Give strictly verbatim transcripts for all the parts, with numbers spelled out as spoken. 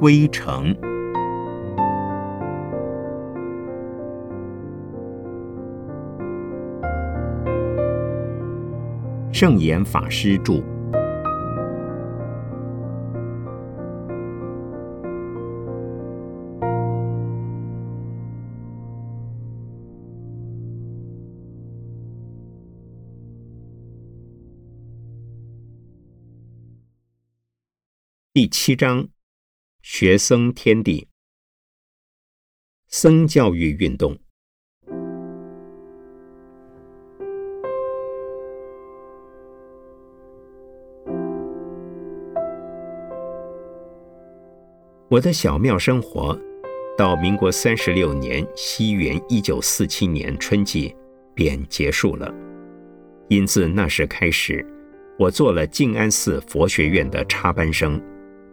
归程。圣严法师著。第七章，学僧天地。僧教育运动。我的小庙生活到民国三十六年西元一九四七年春季便结束了，因自那时开始，我做了静安寺佛学院的插班生。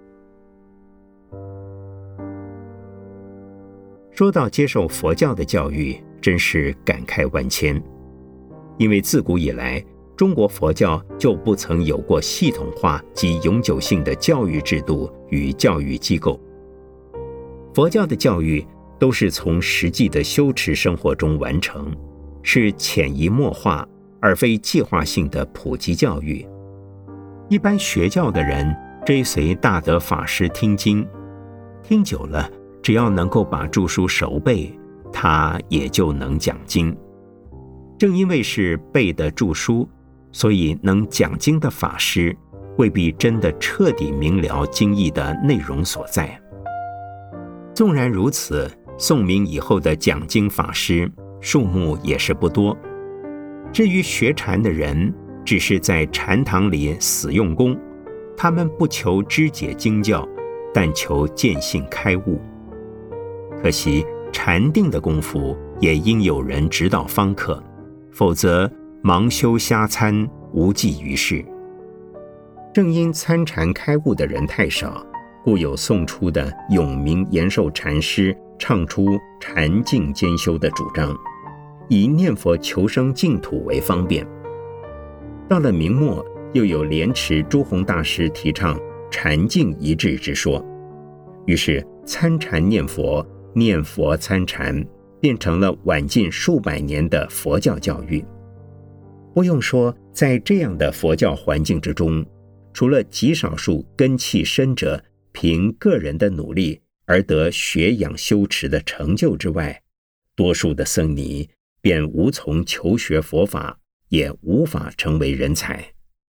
说到接受佛教的教育，真是感慨万千。因为自古以来，中国佛教就不曾有过系统化及永久性的教育制度与教育机构。佛教的教育都是从实际的修持生活中完成，是潜移默化，而非计划性的普及教育。一般学教的人追随大德法师听经，听久了，只要能够把著书熟背，他也就能讲经。正因为是背的著书，所以能讲经的法师未必真的彻底明了经义的内容所在。纵然如此，宋明以后的讲经法师数目也是不多。至于学禅的人，只是在禅堂里死用功，他们不求知解经教，但求见性开悟。可惜禅定的功夫也应有人指导方可，否则盲修瞎参，无济于事。正因参禅开悟的人太少，故有宋初的永明延寿禅师唱出禅静兼修的主张，以念佛求生净土为方便。到了明末，又有莲池朱洪大师提倡禅静一致之说，于是参禅念佛，念佛参禅变成了晚近数百年的佛教教育。不用说，在这样的佛教环境之中，除了极少数根器深者凭个人的努力而得学养修持的成就之外，多数的僧尼便无从求学佛法，也无法成为人才。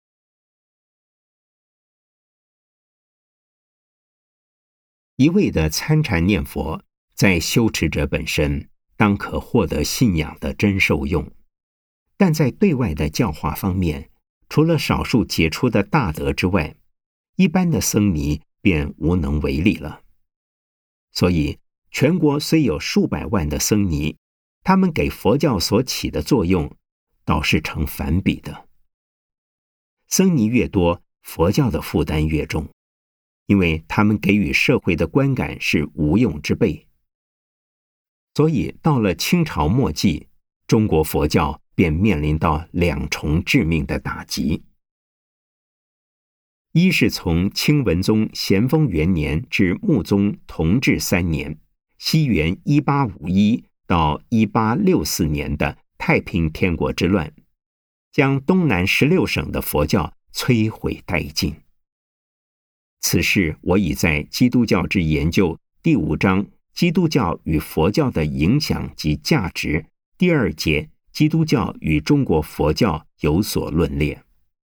一味的参禅念佛，在修持者本身当可获得信仰的真受用，但在对外的教化方面，除了少数杰出的大德之外，一般的僧尼便无能为力了。所以全国虽有数百万的僧尼，他们给佛教所起的作用倒是成反比的。僧尼越多，佛教的负担越重，因为他们给予社会的观感是无用之辈。所以到了清朝末季，中国佛教便面临到两重致命的打击。一是从清文宗咸丰元年至穆宗同治三年，西元一八五一到一八六四年的太平天国之乱，将东南十六省的佛教摧毁殆尽。此事我已在《基督教之研究》第五章基督教与佛教的影响及价值第二节基督教与中国佛教有所论列。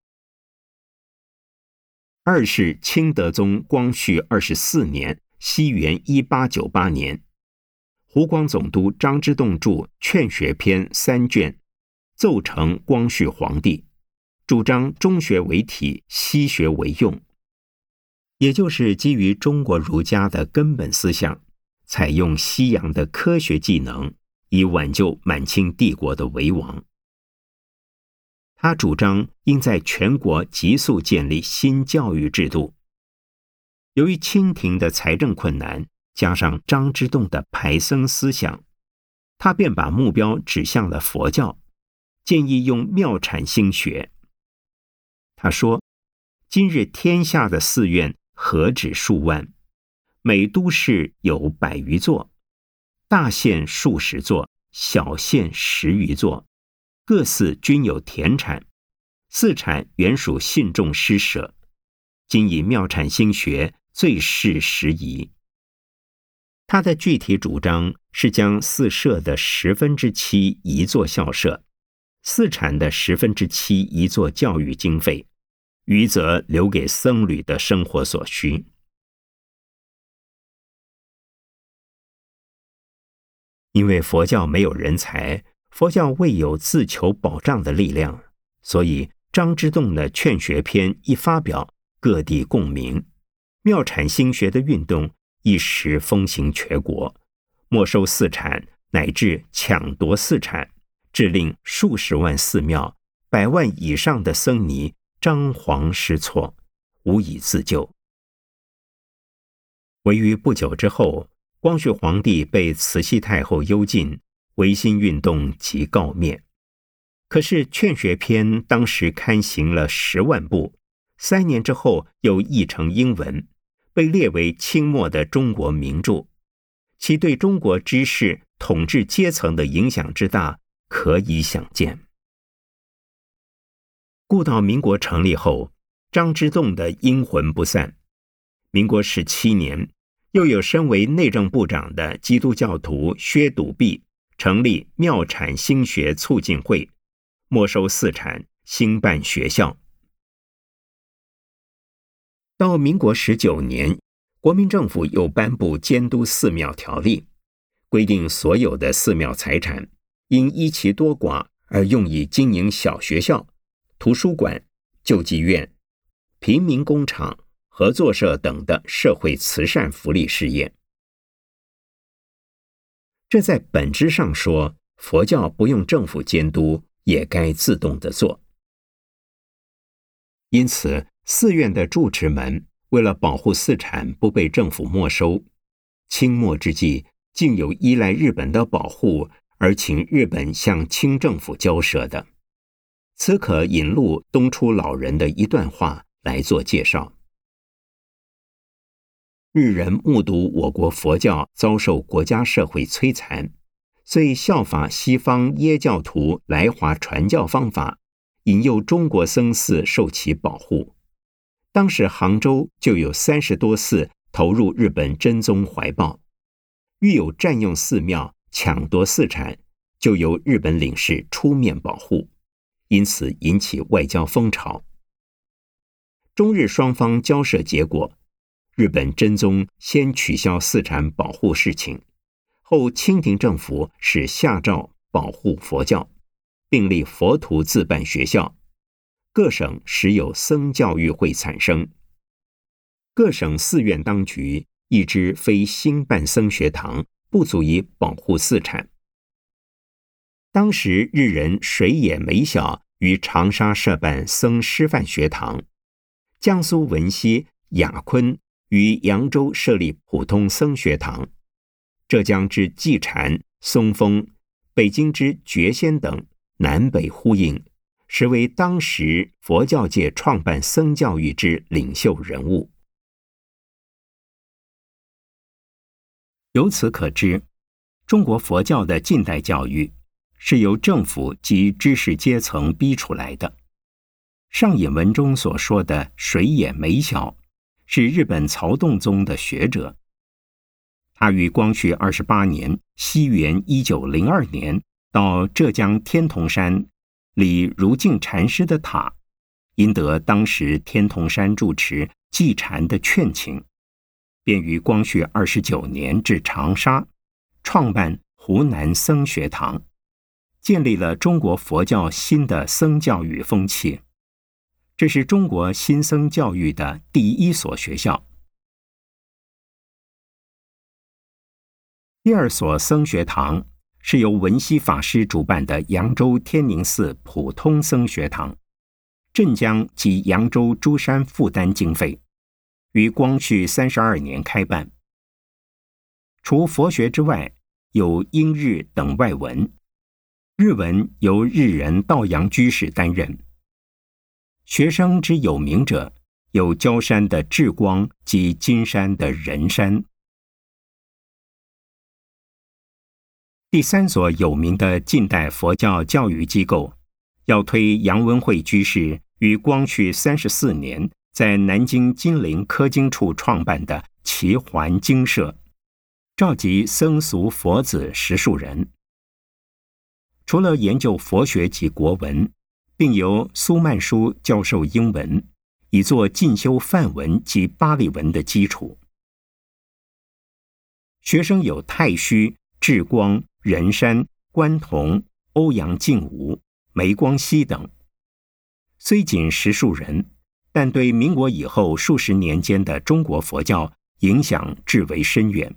二是清德宗光绪二十四年，西元一八九八年，湖广总督张之洞著《劝学篇》三卷，奏成光绪皇帝，主张中学为体，西学为用，也就是基于中国儒家的根本思想，采用西洋的科学技能，以挽救满清帝国的危亡。他主张应在全国急速建立新教育制度。由于清廷的财政困难，加上张之洞的排僧思想，他便把目标指向了佛教，建议用妙产兴学。他说：今日天下的寺院何止数万， 每都市有百余座，大县数十座，小县十余座，各寺均有田产，寺产原属信众施舍，今以庙产兴学，最适时宜。他的具体主张是将寺舍的十分之七移作校舍，寺产的十分之七移作教育经费，余则留给僧侣的生活所需。因为佛教没有人才，佛教未有自求保障的力量，所以张之洞的劝学篇一发表，各地共鸣，庙产兴学的运动一时风行全国，没收寺产乃至抢夺寺产，致令数十万寺庙、百万以上的僧尼张皇失措，无以自救。唯于不久之后，光绪皇帝被慈禧太后幽禁，维新运动即告灭。可是劝学篇当时刊行了十万部，三年之后又译成英文，被列为清末的中国名著，其对中国知识统治阶层的影响之大，可以想见。故到民国成立后，张之洞的阴魂不散。民国十七年，又有身为内政部长的基督教徒薛笃弼成立庙产兴学促进会，没收寺产，兴办学校。到民国十九年，国民政府又颁布监督寺庙条例，规定所有的寺庙财产因依其多寡而用以经营小学校、图书馆、救济院、贫民工厂、合作社等的社会慈善福利事业。这在本质上说，佛教不用政府监督，也该自动地做。因此，寺院的住持们为了保护寺产不被政府没收，清末之际，竟有依赖日本的保护而请日本向清政府交涉的。此可引录东初老人的一段话来做介绍。日人目睹我国佛教遭受国家社会摧残，遂效法西方耶教徒来华传教方法，引诱中国僧寺受其保护。当时杭州就有三十多寺投入日本真宗怀抱，遇有占用寺庙、抢夺寺产，就由日本领事出面保护，因此引起外交风潮。中日双方交涉结果，日本真宗先取消寺产保护事情，后清廷政府使下诏保护佛教，并立佛徒自办学校，各省时有僧教育会产生。各省寺院当局亦知非兴办僧学堂，不足以保护寺产。当时日人水野美晓于长沙设办僧师范学堂，江苏闻溪雅坤于扬州设立普通僧学堂，浙江之济禅、松风，北京之觉仙等南北呼应，实为当时佛教界创办僧教育之领袖人物。由此可知，中国佛教的近代教育是由政府及知识阶层逼出来的。上引文中所说的水野美晓是日本曹洞宗的学者，他于光绪二十八年西元一九零二年到浙江天童山礼如净禅师的塔，因得当时天童山住持寂禅的劝请，便于光绪二十九年至长沙创办湖南僧学堂，建立了中国佛教新的僧教育风气。这是中国新僧教育的第一所学校。第二所僧学堂是由文溪法师主办的扬州天宁寺普通僧学堂，镇江及扬州诸山负担经费，于光绪三十二年开办。除佛学之外，有英日等外文，日文由日人道阳居士担任。学生之有名者，有焦山的智光及金山的仁山、 第三所有名的近代佛教教育机构，要推杨文慧居士于光绪三十四年在南京金陵科经处创办的齐桓经社，召集僧俗佛子十数人。除了研究佛学及国文，并由苏曼殊教授英文，以作进修梵文及巴利文的基础。学生有太虚、智光、任山、关同、欧阳靖吾、梅光熙等。虽仅十数人，但对民国以后数十年间的中国佛教影响至为深远。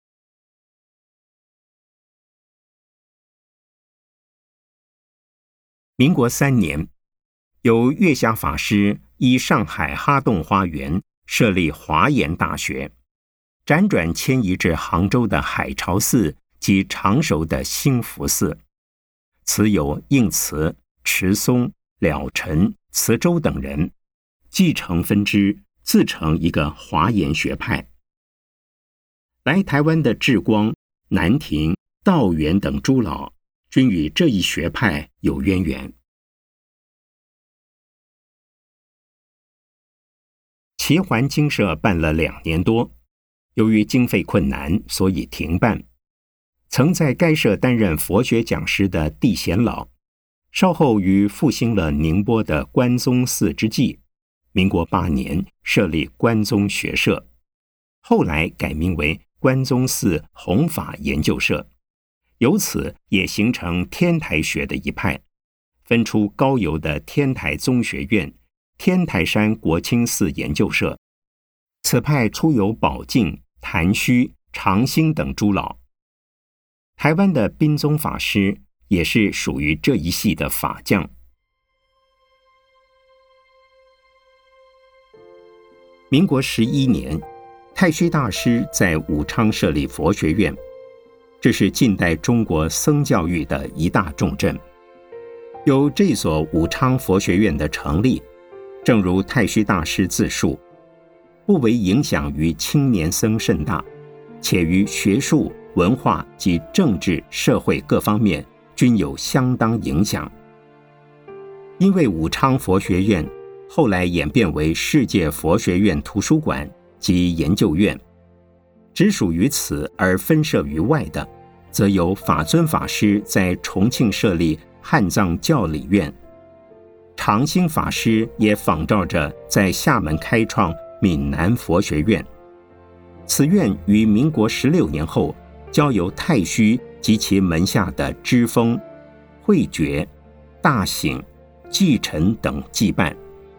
民国三年，由月下法师依上海哈洞花园设立华严大学，辗转迁移至杭州的海潮寺及常熟的兴福寺，此有应慈、持松、了尘、慈州等人继承分支，自成一个华严学派。来台湾的智光、南亭、道元等诸老均与这一学派有渊源。齐桓经社办了两年多，由于经费困难，所以停办。曾在该社担任佛学讲师的地贤老，稍后于复兴了宁波的关宗寺之际，民国八年设立关宗学社，后来改名为关宗寺弘法研究社，由此也形成天台学的一派，分出高邮的天台宗学院、天台山国清寺研究社。此派出有宝镜、谭虚、常兴等诸老。台湾的宾宗法师也是属于这一系的法将。民国十一年，太虚大师在武昌设立佛学院，这是近代中国僧教育的一大重镇。有这所武昌佛学院的成立，正如太虚大师自述，不为影响于青年僧甚大，且于学术、文化及政治、社会各方面均有相当影响。因为武昌佛学院后来演变为世界佛学院图书馆及研究院，只属于此而分设于外的，则由法尊法师在重庆设立汉藏教理院，常兴法师也仿照着在厦门开创闽南佛学院。此院于民国十六年后交由太虚及其门下的知风、慧觉、大醒、继承等继办。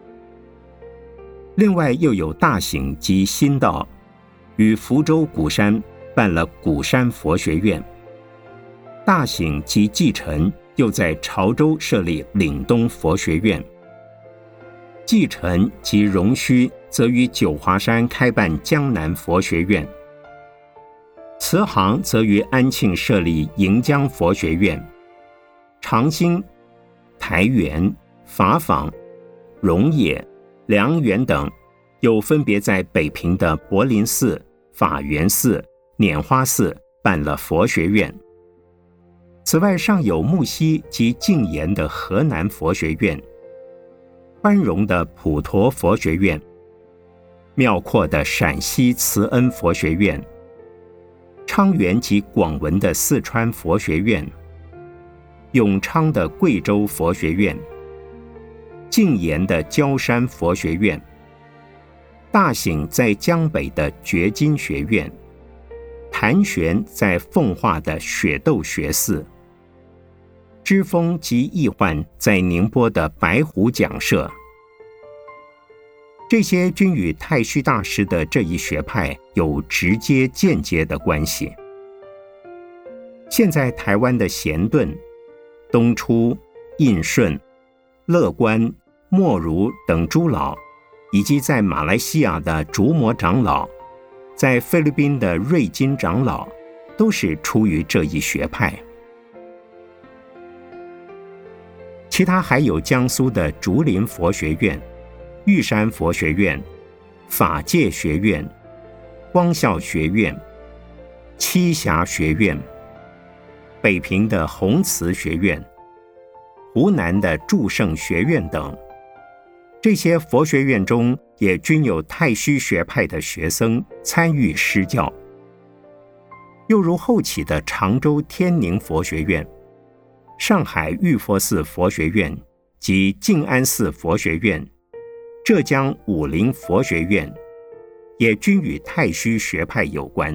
另外又有大醒及新道与福州鼓山办了鼓山佛学院，大醒及继承又在潮州设立岭东佛学院，继承及荣虚则于九华山开办江南佛学院，慈航则于安庆设立盈江佛学院，长兴、台元、法坊、荣野、良缘等又分别在北平的柏林寺、法源寺、拈花寺办了佛学院。此外尚有木樨及静言的河南佛学院，宽容的普陀佛学院，妙阔的陕西慈恩佛学院，昌原及广文的四川佛学院，永昌的贵州佛学院，静言的焦山佛学院，大醒在江北的觉金学院，盘旋在奉化的雪窦学寺，知风及义焕在宁波的白虎讲社。这些均与太虚大师的这一学派有直接间接的关系。现在台湾的贤顿、东初、印顺、乐观、莫如等诸老，以及在马来西亚的竹摩长老，在菲律宾的瑞金长老，都是出于这一学派。其他还有江苏的竹林佛学院、玉山佛学院、法界学院、光孝学院、栖霞学院、 北平的弘慈学院、湖南的祝圣学院等。这些佛学院中也均有太虚学派的学生参与施教。又如后起的常州天宁佛学院、上海玉佛寺佛学院及静安寺佛学院、浙江武陵佛学院，也均与太虚学派有关。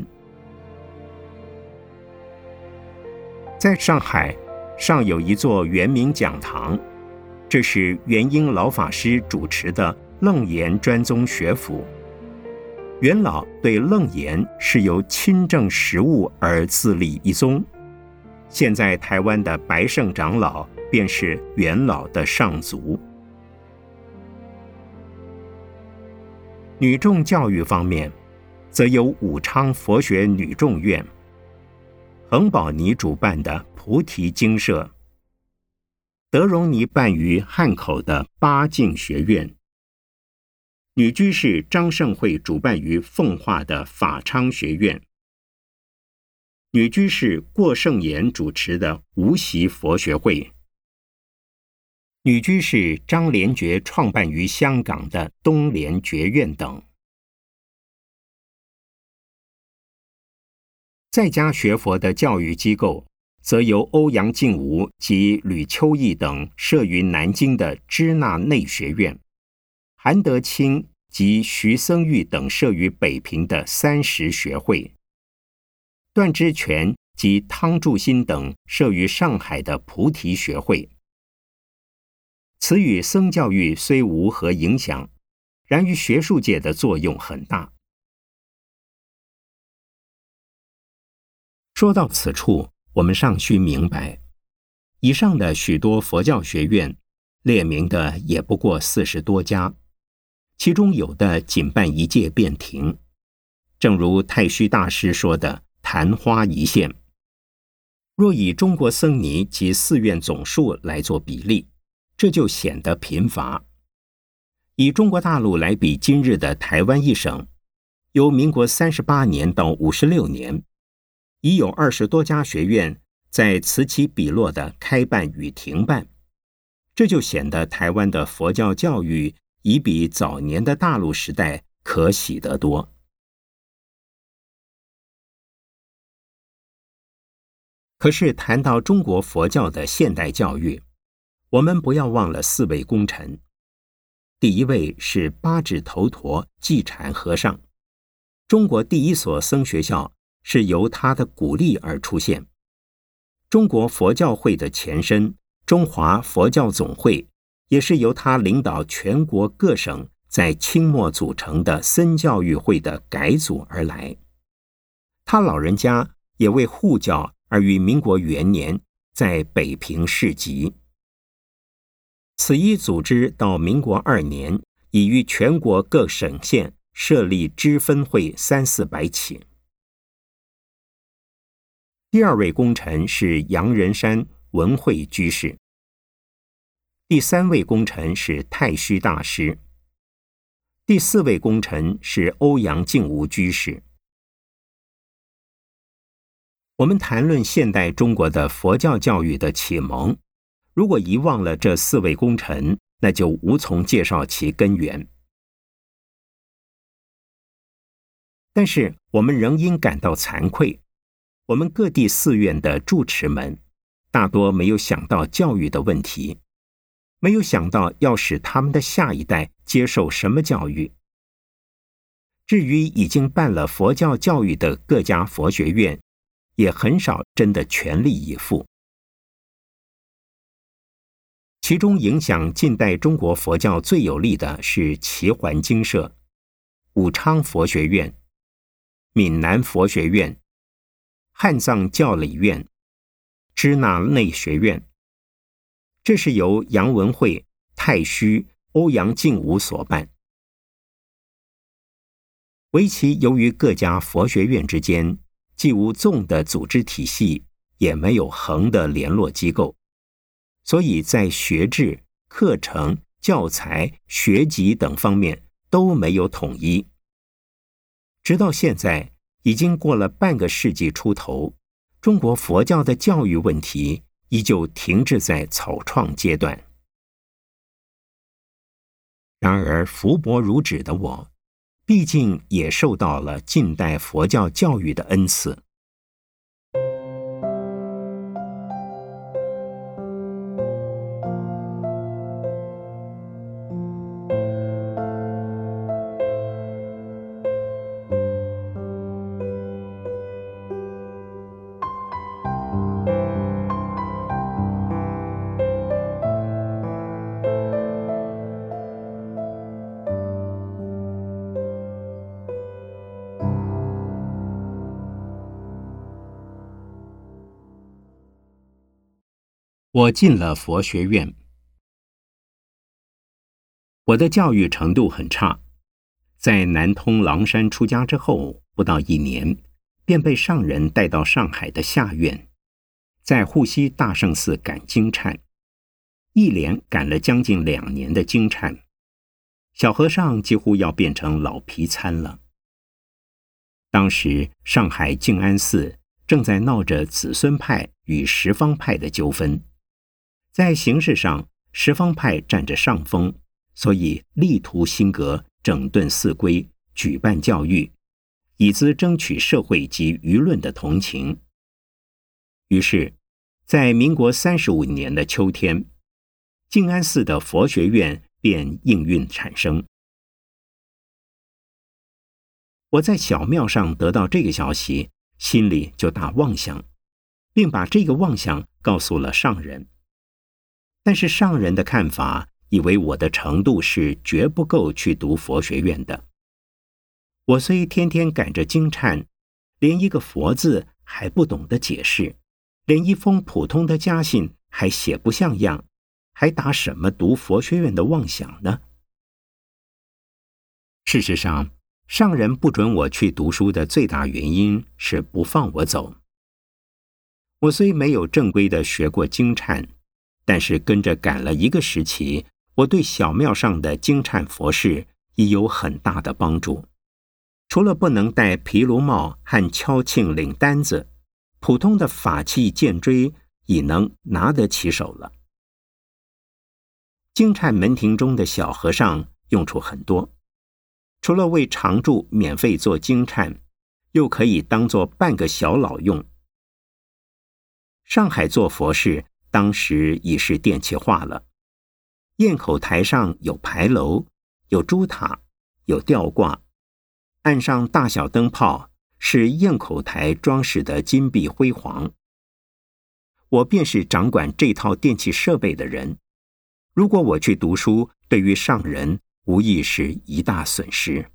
在上海，尚有一座圆明讲堂，这是元英老法师主持的楞严专宗学府。元老对楞严是由亲证实务而自立一宗，现在台湾的白胜长老便是元老的上族。女众教育方面，则有武昌佛学女众院、恒宝尼主办的菩提精舍、德荣尼办于汉口的八境学院、女居士张胜慧主办于奉化的法昌学院、女居士郭圣言主持的无锡佛学会、女居士张莲觉创办于香港的东莲觉院等。在家学佛的教育机构，则由欧阳靖吾及吕秋义等设于南京的支那内学院，韩德清及徐僧玉等设于北平的三十学会，段之权及汤祝新等设于上海的菩提学会。此与僧教育虽无何影响，然于学术界的作用很大。说到此处，我们尚需明白，以上的许多佛教学院，列名的也不过四十多家，其中有的仅办一届便停，正如太虚大师说的“昙花一现”。若以中国僧尼及寺院总数来做比例，这就显得贫乏。以中国大陆来比今日的台湾一省，由民国三十八年到五十六年，已有二十多家学院在此起彼落的开办与停办，这就显得台湾的佛教教育已比早年的大陆时代可喜得多。可是谈到中国佛教的现代教育，我们不要忘了四位功臣。第一位是八指头陀寂禅和尚，中国第一所僧学校是由他的鼓励而出现。中国佛教会的前身中华佛教总会，也是由他领导全国各省在清末组成的僧教育会的改组而来。他老人家也为护教而于民国元年在北平市集。此一组织到民国二年，已于全国各省县设立支分会三四百起。第二位功臣是杨仁山文慧居士，第三位功臣是太虚大师，第四位功臣是欧阳靖吾居士。我们谈论现代中国的佛教教育的启蒙，如果遗忘了这四位功臣，那就无从介绍其根源。但是我们仍应感到惭愧，我们各地寺院的住持们大多没有想到教育的问题，没有想到要使他们的下一代接受什么教育。至于已经办了佛教教育的各家佛学院，也很少真的全力以赴。其中影响近代中国佛教最有力的是齐桓精舍、武昌佛学院、闽南佛学院、汉藏教理院、支那内学院。这是由杨文慧、太虚、欧阳靖吾所办。唯其由于各家佛学院之间既无纵的组织体系，也没有横的联络机构，所以在学制、课程、教材、学籍等方面都没有统一。直到现在，已经过了半个世纪出头， 中国佛教的教育问题依旧停滞在草创阶段。然而福薄如纸的我，毕竟也受到了近代佛教教育的恩赐。我进了佛学院。我的教育程度很差，在南通狼山出家之后，不到一年，便被上人带到上海的下院，在沪西大圣寺赶经忏，一连赶了将近两年的经忏，小和尚几乎要变成老皮参了。当时上海静安寺正在闹着子孙派与十方派的纠纷，在形式上十方派占着上风，所以力图兴革，整顿寺规，举办教育，以资争取社会及舆论的同情。于是在民国三十五年的秋天，静安寺的佛学院便应运产生。我在小庙上得到这个消息，心里就打妄想，并把这个妄想告诉了上人。但是上人的看法，以为我的程度是绝不够去读佛学院的。我虽天天赶着经忏，连一个佛字还不懂得解释，连一封普通的家信还写不像样，还打什么读佛学院的妄想呢？事实上，上人不准我去读书的最大原因是不放我走。我虽没有正规的学过经忏，但是跟着赶了一个时期，我对小庙上的经忏佛事已有很大的帮助。除了不能戴毗卢帽和敲磬领单子，普通的法器剑锥已能拿得起手了。经忏门庭中的小和尚用处很多，除了为常住免费做经忏，又可以当作半个小老用。上海做佛事当时已是电气化了，堰口台上有牌楼，有珠塔，有吊挂，岸上大小灯泡是堰口台装饰的金碧辉煌。我便是掌管这套电器设备的人，如果我去读书，对于上人无疑是一大损失。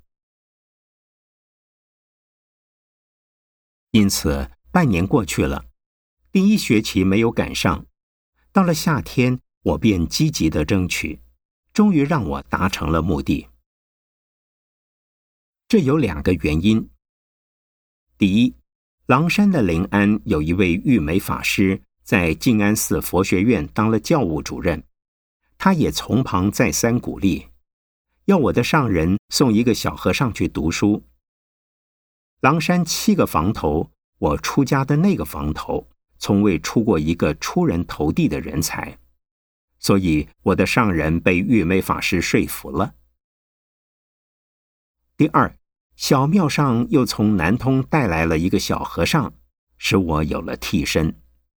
因此半年过去了，第一学期没有赶上，到了夏天，我便积极地争取，终于让我达成了目的。这有两个原因。第一，狼山的临安有一位玉梅法师，在静安寺佛学院当了教务主任，他也从旁再三鼓励，要我的上人送一个小和尚去读书。狼山七个房头，我出家的那个房头，从未出过一个出人头地的人才，所以我的上人被玉梅法师说服了。第二，小庙上又从南通带来了一个小和尚，使我有了替身。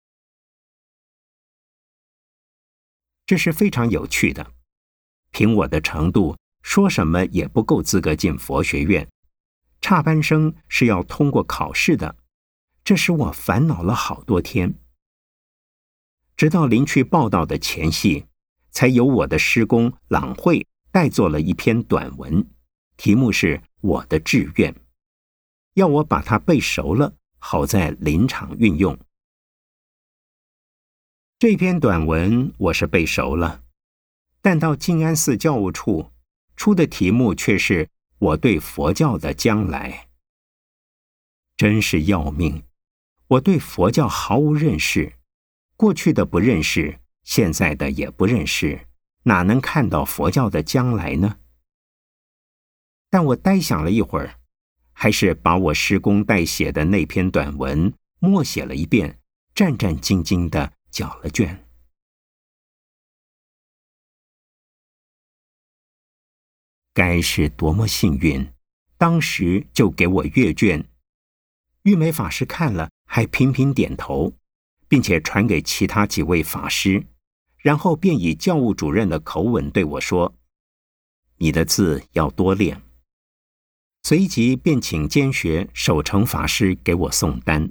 这是非常有趣的。凭我的程度，说什么也不够资格进佛学院，插班生是要通过考试的，这使我烦恼了好多天。直到临去报道的前夕，才由我的师公朗慧代做了一篇短文，题目是我的志愿，要我把它背熟了，好在临场运用。这篇短文我是背熟了，但到静安寺教务处出的题目却是我对佛教的将来。真是要命，我对佛教毫无认识，过去的不认识，现在的也不认识，哪能看到佛教的将来呢？但我呆想了一会儿，还是把我师公代写的那篇短文默写了一遍，战战兢兢地缴了卷。该是多么幸运，当时就给我阅卷。玉梅法师看了，还频频点头，并且传给其他几位法师，然后便以教务主任的口吻对我说：“你的字要多练。”随即便请监学守成法师给我送单。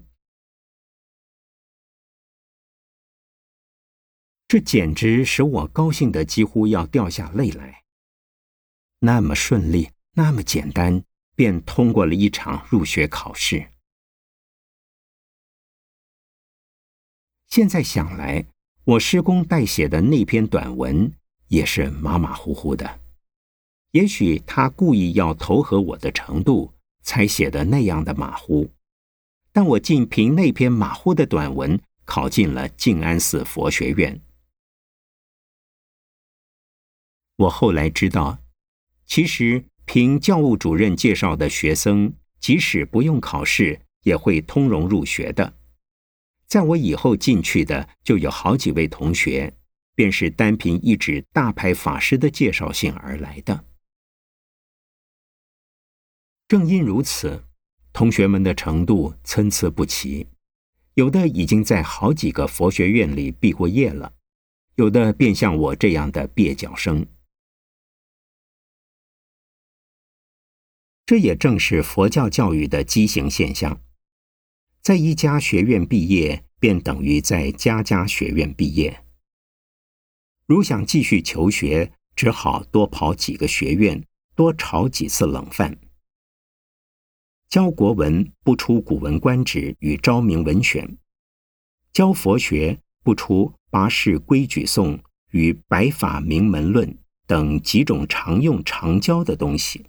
这简直使我高兴得几乎要掉下泪来。那么顺利，那么简单，便通过了一场入学考试。现在想来，我师公代写的那篇短文也是马马虎虎的。也许他故意要投合我的程度，才写的那样的马虎。但我竟凭那篇马虎的短文考进了静安寺佛学院。我后来知道，其实凭教务主任介绍的学生，即使不用考试，也会通融入学的。在我以后进去的就有好几位同学，便是单凭一纸大牌法师的介绍信而来的。正因如此，同学们的程度参差不齐，有的已经在好几个佛学院里毕过业了，有的便像我这样的蹩脚生。这也正是佛教教育的畸形现象，在一家学院毕业，便等于在家家学院毕业。如想继续求学，只好多跑几个学院，多炒几次冷饭。教国文不出《古文观止》与《昭明文选》，教佛学不出《八事规矩颂》与《百法明门论》等几种常用常教的东西。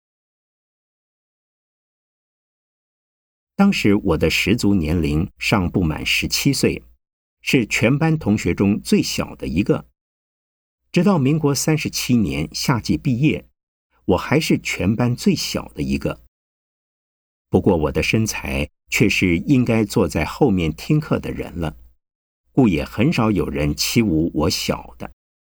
当时我的十足年龄尚不满十七岁，是全班同学中最小的一个。直到民国三十七年夏季毕业，我还是全班最小的一个。不过我的身材却是应该坐在后面听课的人了，故也很少有人欺侮我小的。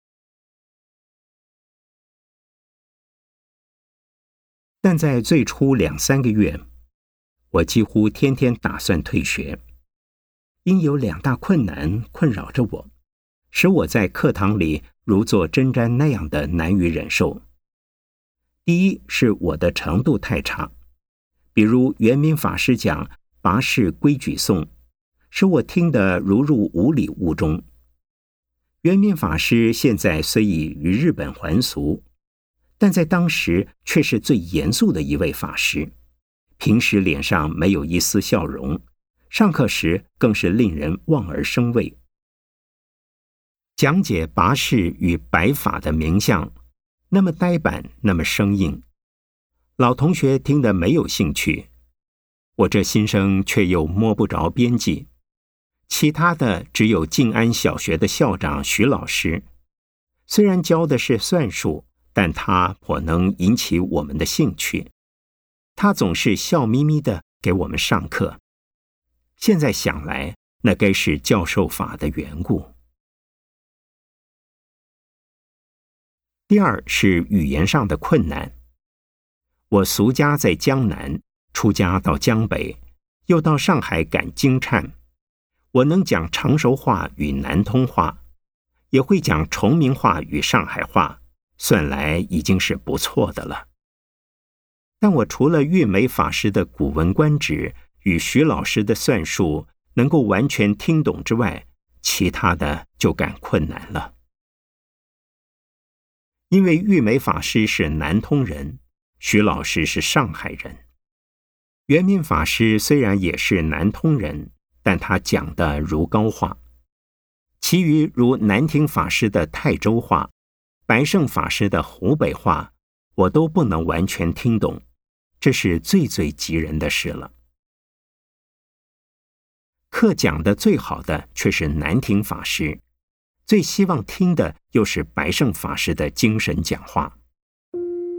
但在最初两三个月，我几乎天天打算退学，因有两大困难困扰着我，使我在课堂里如坐针毡那样的难以忍受。第一是我的程度太差，比如圆明法师讲《拔氏规矩颂》，使我听得如入五里雾中。圆明法师现在虽已于日本还俗，但在当时却是最严肃的一位法师，平时脸上没有一丝笑容，上课时更是令人望而生畏。讲解拔氏与白法的名相，那么呆板，那么生硬，老同学听得没有兴趣，我这新生却又摸不着边际。其他的只有静安小学的校长徐老师，虽然教的是算术，但他颇能引起我们的兴趣。他总是笑眯眯地给我们上课。现在想来，那该是教授法的缘故。第二是语言上的困难。我俗家在江南，出家到江北，又到上海赶京颤。我能讲长熟话与南通话，也会讲崇明话与上海话，算来已经是不错的了。但我除了玉梅法师的《古文观止》与徐老师的算术能够完全听懂之外，其他的就感困难了。因为玉梅法师是南通人，徐老师是上海人。圆明法师虽然也是南通人，但他讲的如高话，其余如南亭法师的泰州话、白胜法师的湖北话，我都不能完全听懂，这是最最急人的事了。课讲的最好的却是南亭法师，最希望听的又是白胜法师的精神讲话。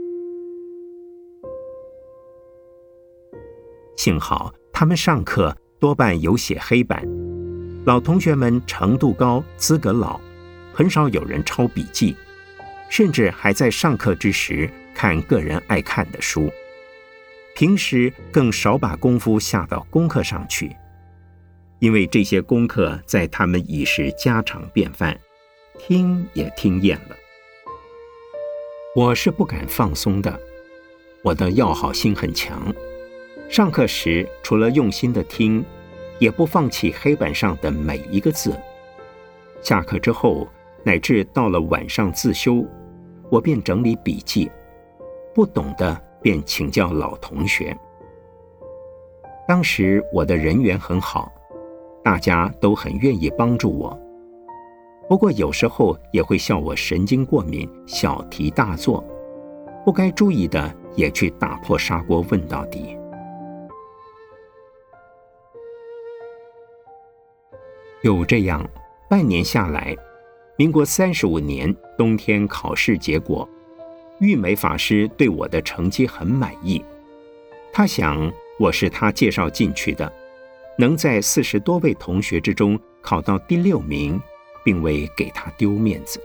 幸好他们上课多半有写黑板，老同学们程度高，资格老，很少有人抄笔记，甚至还在上课之时看个人爱看的书。平时更少把功夫下到功课上去，因为这些功课在他们已是家常便饭，听也听厌了。我是不敢放松的，我的要好心很强，上课时除了用心的听，也不放弃黑板上的每一个字。下课之后，乃至到了晚上自修，我便整理笔记，不懂的便请教老同学。当时我的人缘很好，大家都很愿意帮助我，不过有时候也会笑我神经过敏，小题大做，不该注意的也去打破砂锅问到底。有这样半年下来，民国三十五年冬天考试结果，玉梅法师对我的成绩很满意，他想我是他介绍进去的，能在四十多位同学之中考到第六名，并未给他丢面子。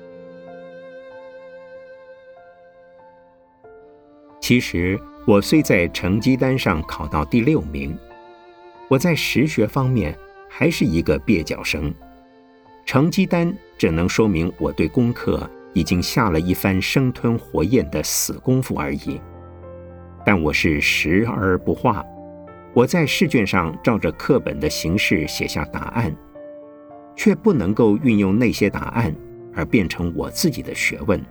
其实我虽在成绩单上考到第六名，我在实学方面还是一个蹩脚生，成绩单只能说明我对功课已经下了一番生吞活咽的死功夫而已。但我是实而不化，我在试卷上照着课本的形式写下答案，却不能够运用那些答案而变成我自己的学问。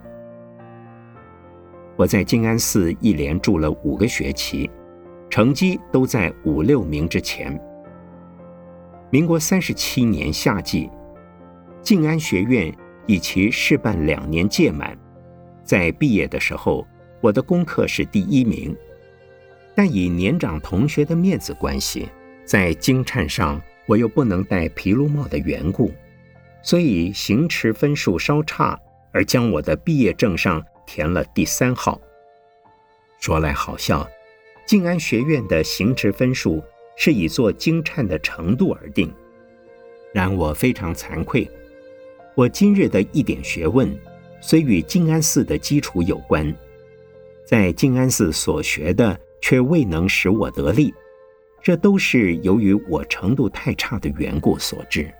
我在静安寺一连住了五个学期，成绩都在五六名之前。民国三十七年夏季，静安学院以其试办两年届满，在毕业的时候，我的功课是第一名，但以年长同学的面子关系，在经忏上我又不能戴皮卢帽的缘故，所以行持分数稍差，而将我的毕业证上填了第三号。说来好笑，静安学院的行持分数是以做经忏的程度而定，然我非常惭愧，我今日的一点学问虽与静安寺的基础有关，在静安寺所学的却未能使我得力，这都是由于我程度太差的缘故所致。